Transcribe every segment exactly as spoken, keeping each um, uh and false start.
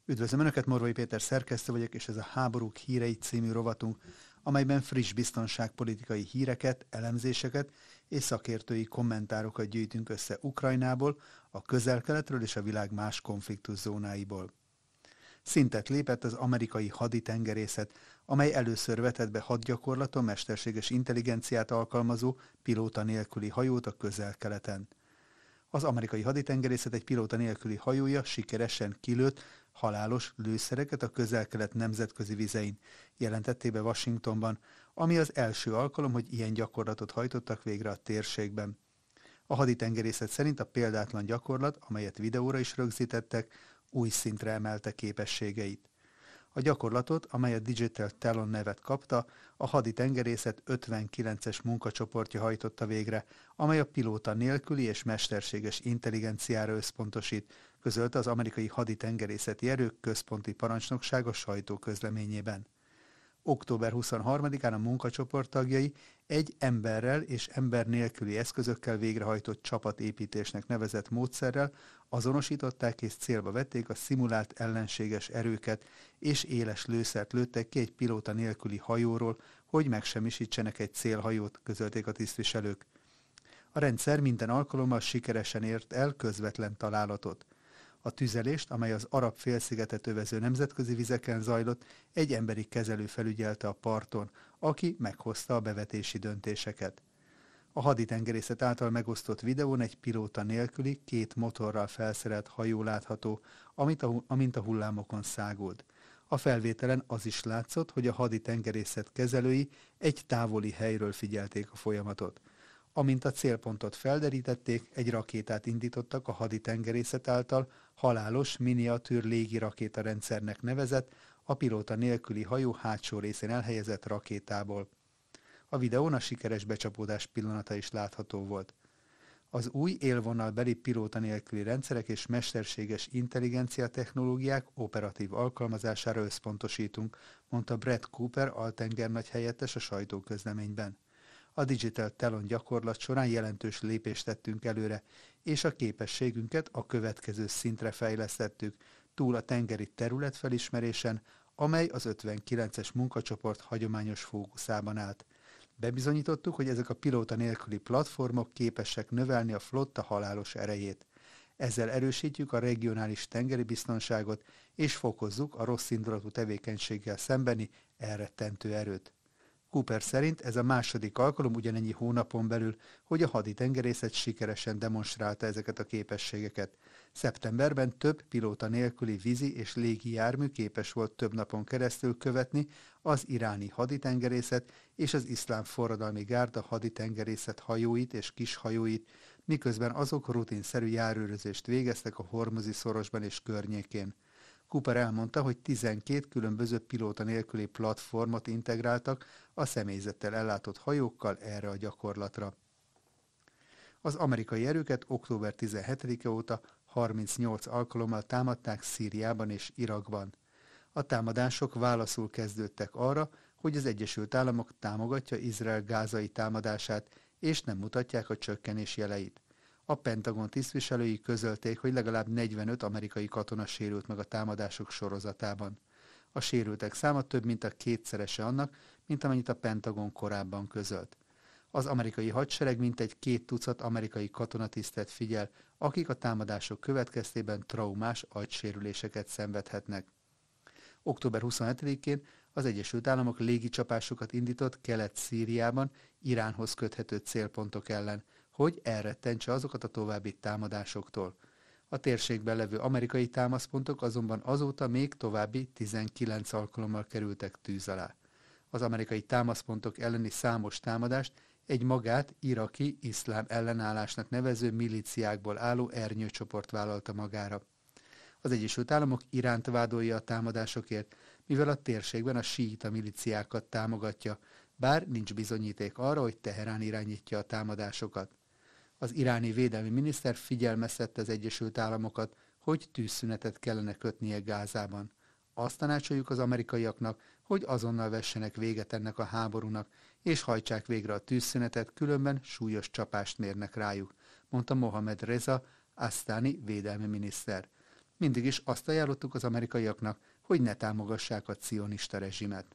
Üdvözlöm Önöket, Morvai Péter szerkesztő vagyok, és ez a Háborúk hírei című rovatunk, amelyben friss biztonságpolitikai híreket, elemzéseket és szakértői kommentárokat gyűjtünk össze Ukrajnából, a Közel-Keletről és a világ más konfliktuszónáiból. Szintet lépett az amerikai haditengerészet, amely először vetett be hadgyakorlaton mesterséges intelligenciát alkalmazó, pilóta nélküli hajót a Közel-Keleten. Az amerikai haditengerészet egy pilóta nélküli hajója sikeresen kilőtt halálos lőszereket a Közel-Kelet nemzetközi vizein, jelentették be Washingtonban, ami az első alkalom, hogy ilyen gyakorlatot hajtottak végre a térségben. A haditengerészet szerint a példátlan gyakorlat, amelyet videóra is rögzítettek, új szintre emelte képességeit. A gyakorlatot, amely a Digital Talon nevet kapta, a haditengerészet ötvenkilences munkacsoportja hajtotta végre, amely a pilóta nélküli és mesterséges intelligenciára összpontosít, közölte az amerikai haditengerészeti erők központi parancsnoksága sajtóközleményében. október huszonharmadikán a munkacsoport tagjai egy emberrel és ember nélküli eszközökkel végrehajtott csapatépítésnek nevezett módszerrel azonosították és célba vették a szimulált ellenséges erőket, és éles lőszert lőttek ki egy pilóta nélküli hajóról, hogy megsemmisítsenek egy célhajót, közölték a tisztviselők. A rendszer minden alkalommal sikeresen ért el közvetlen találatot. A tüzelést, amely az arab félszigetet övező nemzetközi vizeken zajlott, egy emberi kezelő felügyelte a parton, aki meghozta a bevetési döntéseket. A haditengerészet által megosztott videón egy pilóta nélküli, két motorral felszerelt hajó látható, amit a, amint a hullámokon száguld. A felvételen az is látszott, hogy a haditengerészet kezelői egy távoli helyről figyelték a folyamatot. Amint a célpontot felderítették, egy rakétát indítottak a haditengerészet által halálos miniatűr légi rakétarendszernek nevezett, a pilóta nélküli hajó hátsó részén elhelyezett rakétából. A videón a sikeres becsapódás pillanata is látható volt. Az új élvonalbeli pilóta nélküli rendszerek és mesterséges intelligencia technológiák operatív alkalmazására összpontosítunk, mondta Brett Cooper altengernagy helyettes a sajtóközleményben. A Digital Talon gyakorlat során jelentős lépést tettünk előre, és a képességünket a következő szintre fejlesztettük, túl a tengeri területfelismerésen, amely az ötvenkilences munkacsoport hagyományos fókuszában állt. Bebizonyítottuk, hogy ezek a pilóta nélküli platformok képesek növelni a flotta halálos erejét. Ezzel erősítjük a regionális tengeri biztonságot, és fokozzuk a rosszindulatú tevékenységgel szembeni elrettentő erőt. Cooper szerint ez a második alkalom ugyanennyi hónapon belül, hogy a haditengerészet sikeresen demonstrálta ezeket a képességeket. Szeptemberben több pilóta nélküli vízi és légi jármű képes volt több napon keresztül követni az iráni haditengerészet és az iszlám forradalmi gárda haditengerészet hajóit és kishajóit, miközben azok rutinszerű járőrözést végeztek a Hormuzi szorosban és környékén. Cooper elmondta, hogy tizenkét különböző pilóta nélküli platformot integráltak a személyzettel ellátott hajókkal erre a gyakorlatra. Az amerikai erőket október tizenhetedike óta harmincnyolc alkalommal támadták Szíriában és Irakban. A támadások válaszul kezdődtek arra, hogy az Egyesült Államok támogatja Izrael gázai támadását, és nem mutatják a csökkenés jeleit. A Pentagon tisztviselői közölték, hogy legalább negyvenöt amerikai katona sérült meg a támadások sorozatában. A sérültek száma több mint a kétszerese annak, mint amennyit a Pentagon korábban közölt. Az amerikai hadsereg mintegy két tucat amerikai katonatisztet figyel, akik a támadások következtében traumás agysérüléseket szenvedhetnek. október huszonhetedikén az Egyesült Államok légicsapásokat indított Kelet-Szíriában Iránhoz köthető célpontok ellen, hogy elrettentse azokat a további támadásoktól. A térségben levő amerikai támaszpontok azonban azóta még további tizenkilenc alkalommal kerültek tűz alá. Az amerikai támaszpontok elleni számos támadást egy magát iraki iszlám ellenállásnak nevező milíciákból álló ernyőcsoport vállalta magára. Az Egyesült Államok Iránt vádolja a támadásokért, mivel a térségben a síita milíciákat támogatja, bár nincs bizonyíték arra, hogy Teherán irányítja a támadásokat. Az iráni védelmi miniszter figyelmeztette az Egyesült Államokat, hogy tűzszünetet kellene kötnie Gázában. Azt tanácsoljuk az amerikaiaknak, hogy azonnal vessenek véget ennek a háborúnak, és hajtsák végre a tűzszünetet, különben súlyos csapást mérnek rájuk, mondta Mohamed Reza Asztáni védelmi miniszter. Mindig is azt ajánlottuk az amerikaiaknak, hogy ne támogassák a cionista rezsimet.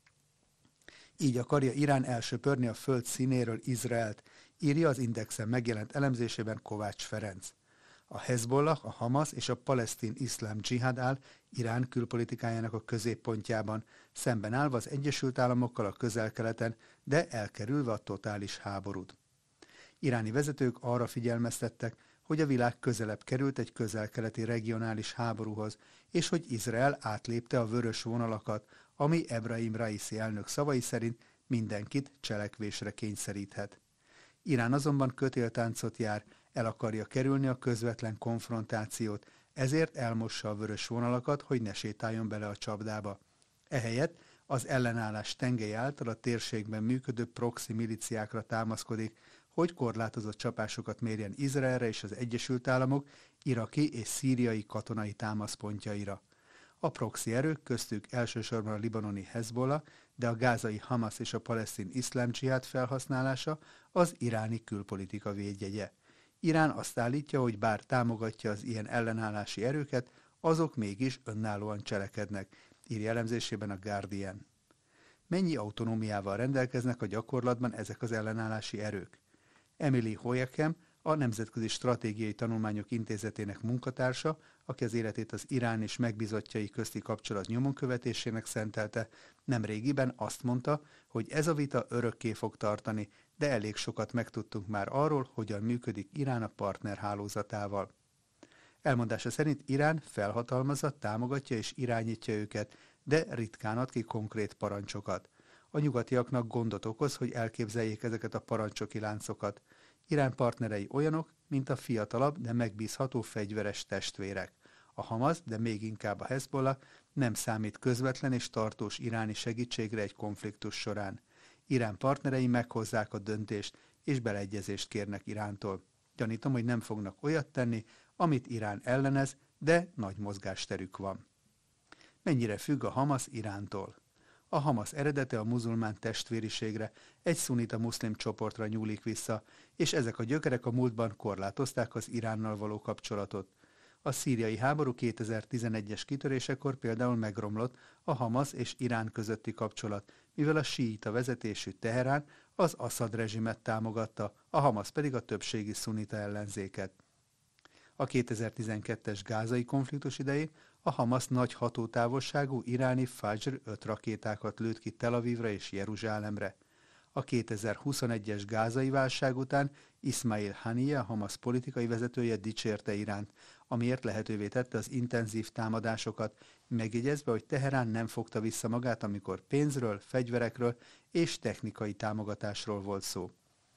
Így akarja Irán elsöpörni a föld színéről Izraelt, írja az Indexen megjelent elemzésében Kovács Ferenc. A Hezbollah, a Hamas és a palesztin iszlám dzsihád áll Irán külpolitikájának a középpontjában, szemben állva az Egyesült Államokkal a Közel-Keleten, de elkerülve a totális háborút. Iráni vezetők arra figyelmeztettek, hogy a világ közelebb került egy közel-keleti regionális háborúhoz, és hogy Izrael átlépte a vörös vonalakat, ami Ebrahim Raisi elnök szavai szerint mindenkit cselekvésre kényszeríthet. Irán azonban kötéltáncot jár, el akarja kerülni a közvetlen konfrontációt, ezért elmossa a vörös vonalakat, hogy ne sétáljon bele a csapdába. Ehelyett az ellenállás tengely által a térségben működő proxy milíciákra támaszkodik, hogy korlátozott csapásokat mérjen Izraelre és az Egyesült Államok iraki és szíriai katonai támaszpontjaira. A proxy erők, köztük elsősorban a libanoni Hezbollah, de a gázai Hamas és a palesztin iszlám dzsihád felhasználása az iráni külpolitika védjegye. Irán azt állítja, hogy bár támogatja az ilyen ellenállási erőket, azok mégis önállóan cselekednek, írja elemzésében a Guardian. Mennyi autonómiával rendelkeznek a gyakorlatban ezek az ellenállási erők? Emily Hoyekem, a Nemzetközi Stratégiai Tanulmányok Intézetének munkatársa, aki az életét az Irán és megbízottjai közti kapcsolat nyomon követésének szentelte, nemrégiben azt mondta, hogy ez a vita örökké fog tartani, de elég sokat megtudtunk már arról, hogyan működik Irán a partnerhálózatával. Elmondása szerint Irán felhatalmazza, támogatja és irányítja őket, de ritkán ad ki konkrét parancsokat. A nyugatiaknak gondot okoz, hogy elképzeljék ezeket a parancsoki láncokat. Irán partnerei olyanok, mint a fiatalabb, de megbízható fegyveres testvérek. A Hamas, de még inkább a Hezbollah nem számít közvetlen és tartós iráni segítségre egy konfliktus során. Irán partnerei meghozzák a döntést, és beleegyezést kérnek Irántól. Gyanítom, hogy nem fognak olyat tenni, amit Irán ellenez, de nagy mozgásterük van. Mennyire függ a Hamas Irántól? A Hamas eredete a muzulmán testvériségre, egy szunita muszlim csoportra nyúlik vissza, és ezek a gyökerek a múltban korlátozták az Iránnal való kapcsolatot. A szíriai háború kétezer-tizenegyes kitörésekor például megromlott a Hamas és Irán közötti kapcsolat, mivel a síita vezetésű Teherán az Assad rezsimet támogatta, a Hamas pedig a többségi szunita ellenzéket. A kétezer-tizenkettes gázai konfliktus idején a Hamas nagy hatótávolságú iráni Fajr öt rakétákat lőtt ki Tel Avivra és Jeruzsálemre. A kétezer-huszonegyes gázai válság után Ismail Haniyeh, a Hamas politikai vezetője dicsérte Iránt, amiért lehetővé tette az intenzív támadásokat, megjegyezve, hogy Teherán nem fogta vissza magát, amikor pénzről, fegyverekről és technikai támogatásról volt szó.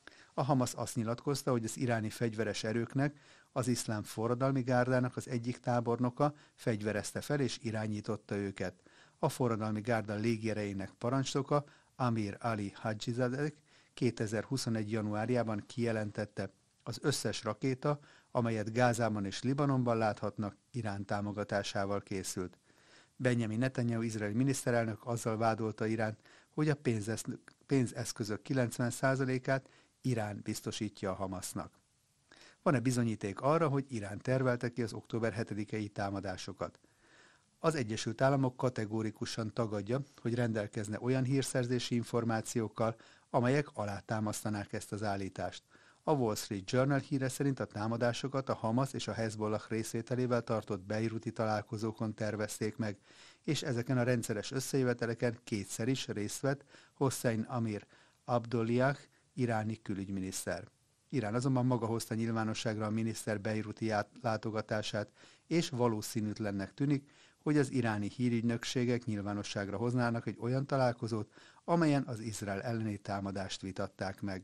A Hamas azt nyilatkozta, hogy az iráni fegyveres erőknek az iszlám forradalmi gárdának az egyik tábornoka fegyverezte fel és irányította őket. A forradalmi gárda légierejének parancsnoka Amir Ali Hadzsizadeh kétezer-huszonegy. januárjában kijelentette, az összes rakéta, amelyet Gázában és Libanonban láthatnak, Irán támogatásával készült. Benjamin Netanyahu izraeli miniszterelnök azzal vádolta Iránt, hogy a pénzesz- pénzeszközök kilencven százalékát Irán biztosítja a Hamasnak. Van-e bizonyíték arra, hogy Irán tervelte ki az október hetedikei támadásokat? Az Egyesült Államok kategórikusan tagadja, hogy rendelkezne olyan hírszerzési információkkal, amelyek alátámasztanák ezt az állítást. A Wall Street Journal híre szerint a támadásokat a Hamas és a Hezbollah részvételével tartott beiruti találkozókon tervezték meg, és ezeken a rendszeres összejöveteleken kétszer is részt vett Hossein Amir Abdollahian, iráni külügyminiszter. Irán azonban maga hozta nyilvánosságra a miniszter beiruti látogatását, és valószínűtlennek tűnik, hogy az iráni hírügynökségek nyilvánosságra hoznának egy olyan találkozót, amelyen az Izrael elleni támadást vitatták meg.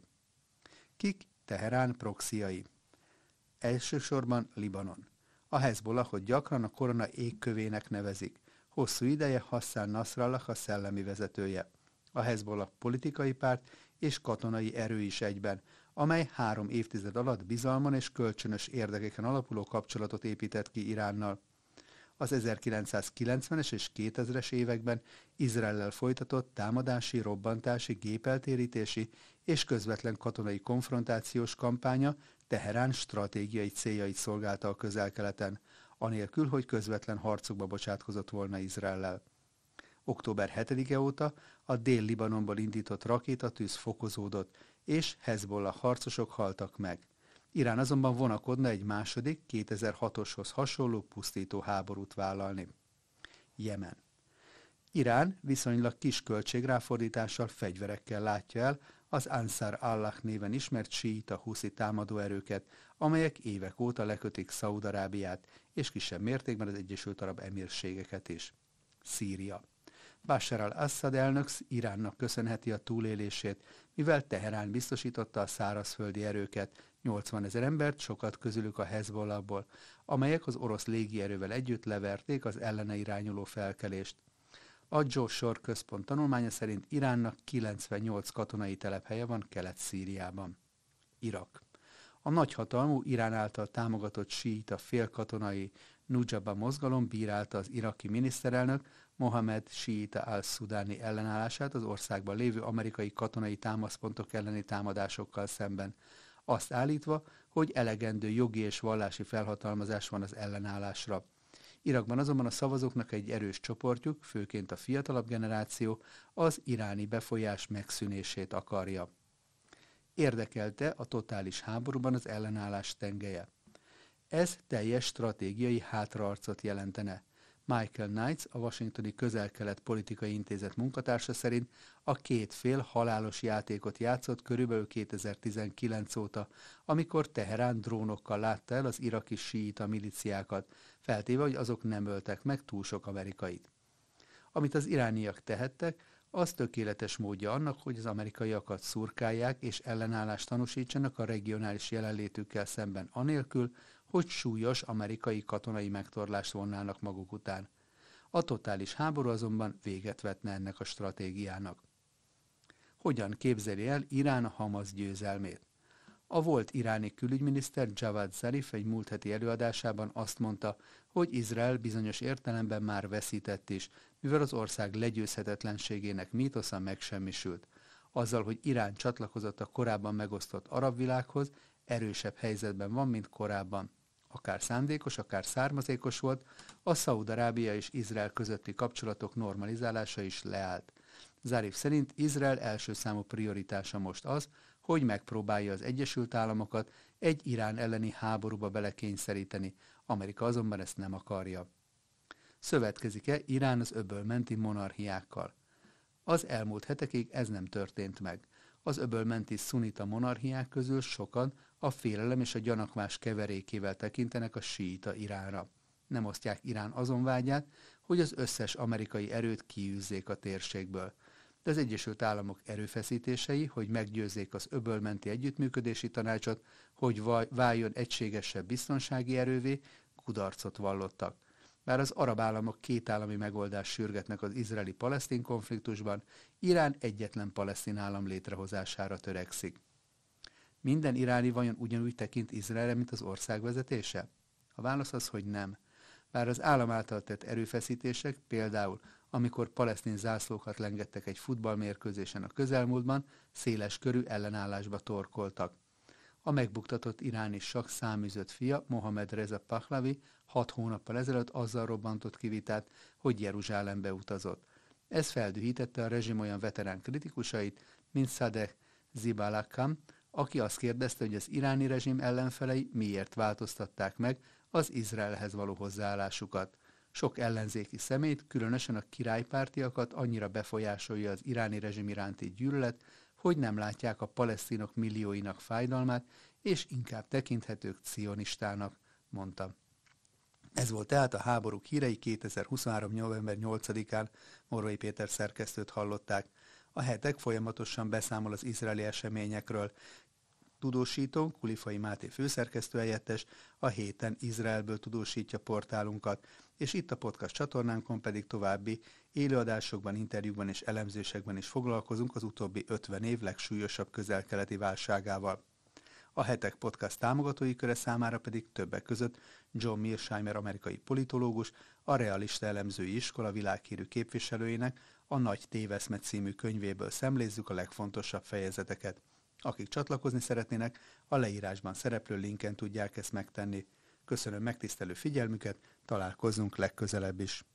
Kik Teherán proxiai? Elsősorban Libanon. A Hezbollahot gyakran a korona égkövének nevezik. Hosszú ideje Hassan Nasrallah a szellemi vezetője. A Hezbollah politikai párt és katonai erő is egyben, amely három évtized alatt bizalmon és kölcsönös érdekeken alapuló kapcsolatot épített ki Iránnal. Az ezerkilencszázkilencvenes és kétezres években Izraellel folytatott támadási, robbantási, gépeltérítési és közvetlen katonai konfrontációs kampánya Teherán stratégiai céljait szolgálta a Közel-Keleten. anélkül, hogy közvetlen harcokba bocsátkozott volna Izraellel. október hetedike óta a Dél-Libanonból indított rakétatűz fokozódott, és Hezbollah harcosok haltak meg. Irán azonban vonakodna egy második, kétezer-hatoshoz hasonló pusztító háborút vállalni. Jemen. Irán viszonylag kis költségráfordítással fegyverekkel látja el az Ansar Allah néven ismert síita huszi támadóerőket, amelyek évek óta lekötik Szaúd-Arábiát, és kisebb mértékben az Egyesült Arab Emírségeket is. Szíria. Bashar al-Assad elnök Iránnak köszönheti a túlélését, mivel Teherán biztosította a szárazföldi erőket, nyolcvanezer embert, sokat közülük a Hezbollahból, amelyek az orosz légierővel együtt leverték az ellene irányuló felkelést. A Joe Shore központ tanulmánya szerint Iránnak kilencvennyolc katonai telephelye van Kelet-Szíriában. Irak. A nagyhatalmú Irán által támogatott síita félkatonai Nujaba mozgalom bírálta az iraki miniszterelnök Mohamed síita al-Szudáni ellenállását az országban lévő amerikai katonai támaszpontok elleni támadásokkal szemben, azt állítva, hogy elegendő jogi és vallási felhatalmazás van az ellenállásra. Irakban azonban a szavazóknak egy erős csoportjuk, főként a fiatalabb generáció, az iráni befolyás megszűnését akarja. Érdekelte a totális háborúban az ellenállás tengelye. Ez teljes stratégiai hátraarcot jelentene. Michael Knights, a Washingtoni Közel-Kelet Politikai Intézet munkatársa szerint a két fél halálos játékot játszott körülbelül kétezer-tizenkilenc óta, amikor Teherán drónokkal látta el az iraki síita milíciákat, feltéve, hogy azok nem öltek meg túl sok amerikait. Amit az irániak tehettek, az tökéletes módja annak, hogy az amerikaiakat szurkálják és ellenállást tanúsítsanak a regionális jelenlétükkel szemben anélkül, hogy súlyos amerikai katonai megtorlást vonnának maguk után. A totális háború azonban véget vetne ennek a stratégiának. Hogyan képzeli el Irán a Hamasz győzelmét? A volt iráni külügyminiszter Javad Zarif egy múlt heti előadásában azt mondta, hogy Izrael bizonyos értelemben már veszített is, mivel az ország legyőzhetetlenségének mítosza megsemmisült. Azzal, hogy Irán csatlakozott a korábban megosztott arab világhoz, erősebb helyzetben van, mint korábban. Akár szándékos, akár származékos volt, a Szaúd-Arábia és Izrael közötti kapcsolatok normalizálása is leállt. Zarif szerint Izrael első számú prioritása most az, hogy megpróbálja az Egyesült Államokat egy Irán elleni háborúba belekényszeríteni, Amerika azonban ezt nem akarja. Szövetkezik-e Irán az öbölmenti monarchiákkal? Az elmúlt hetekig ez nem történt meg. Az öbölmenti szunita monarchiák közül sokan a félelem és a gyanakvás keverékével tekintenek a síita Iránra. Nem osztják Irán azon vágyát, hogy az összes amerikai erőt kiűzzék a térségből. De az Egyesült Államok erőfeszítései, hogy meggyőzzék az öbölmenti együttműködési tanácsot, hogy váljon egységesebb biztonsági erővé, kudarcot vallottak. Bár az arab államok kétállami megoldást sürgetnek az izraeli-palesztin konfliktusban, Irán egyetlen palesztin állam létrehozására törekszik. Minden iráni vajon ugyanúgy tekint Izraelre, mint az ország vezetése? A válasz az, hogy nem. Bár az állam által tett erőfeszítések, például amikor palesztin zászlókat lengettek egy futballmérkőzésen a közelmúltban, széles körű ellenállásba torkoltak. A megbuktatott iráni sakk száműzött fia, Mohamed Reza Pahlavi hat hónappal ezelőtt azzal robbantott ki vitát, hogy Jeruzsálembe utazott. Ez feldühítette a rezsim olyan veterán kritikusait, mint Sadeh Zibalakam, aki azt kérdezte, hogy az iráni rezsim ellenfelei miért változtatták meg az Izraelhez való hozzáállásukat. Sok ellenzéki szemét, különösen a királypártiakat annyira befolyásolja az iráni rezsim iránti gyűlölet, hogy nem látják a palesztinok millióinak fájdalmát, és inkább tekinthetők cionistának, mondta. Ez volt tehát a háborúk hírei kétezer-huszonhárom. november nyolcadikán, Morvai Péter szerkesztőt hallották. A hetek folyamatosan beszámol az izraeli eseményekről. Tudósítónk, Kulifai Máté főszerkesztő helyettes, a héten Izraelből tudósítja portálunkat, és itt a podcast csatornánkon pedig további élőadásokban, interjúkban és elemzésekben is foglalkozunk az utóbbi ötven év legsúlyosabb közel-keleti válságával. A hetek podcast támogatói köre számára pedig többek között John Mearsheimer amerikai politológus, a Realista Elemzői Iskola világhírű képviselőjének a Nagy téveszme című könyvéből szemlézzük a legfontosabb fejezeteket. Akik csatlakozni szeretnének, a leírásban szereplő linken tudják ezt megtenni. Köszönöm megtisztelő figyelmüket, Találkozzunk legközelebb is.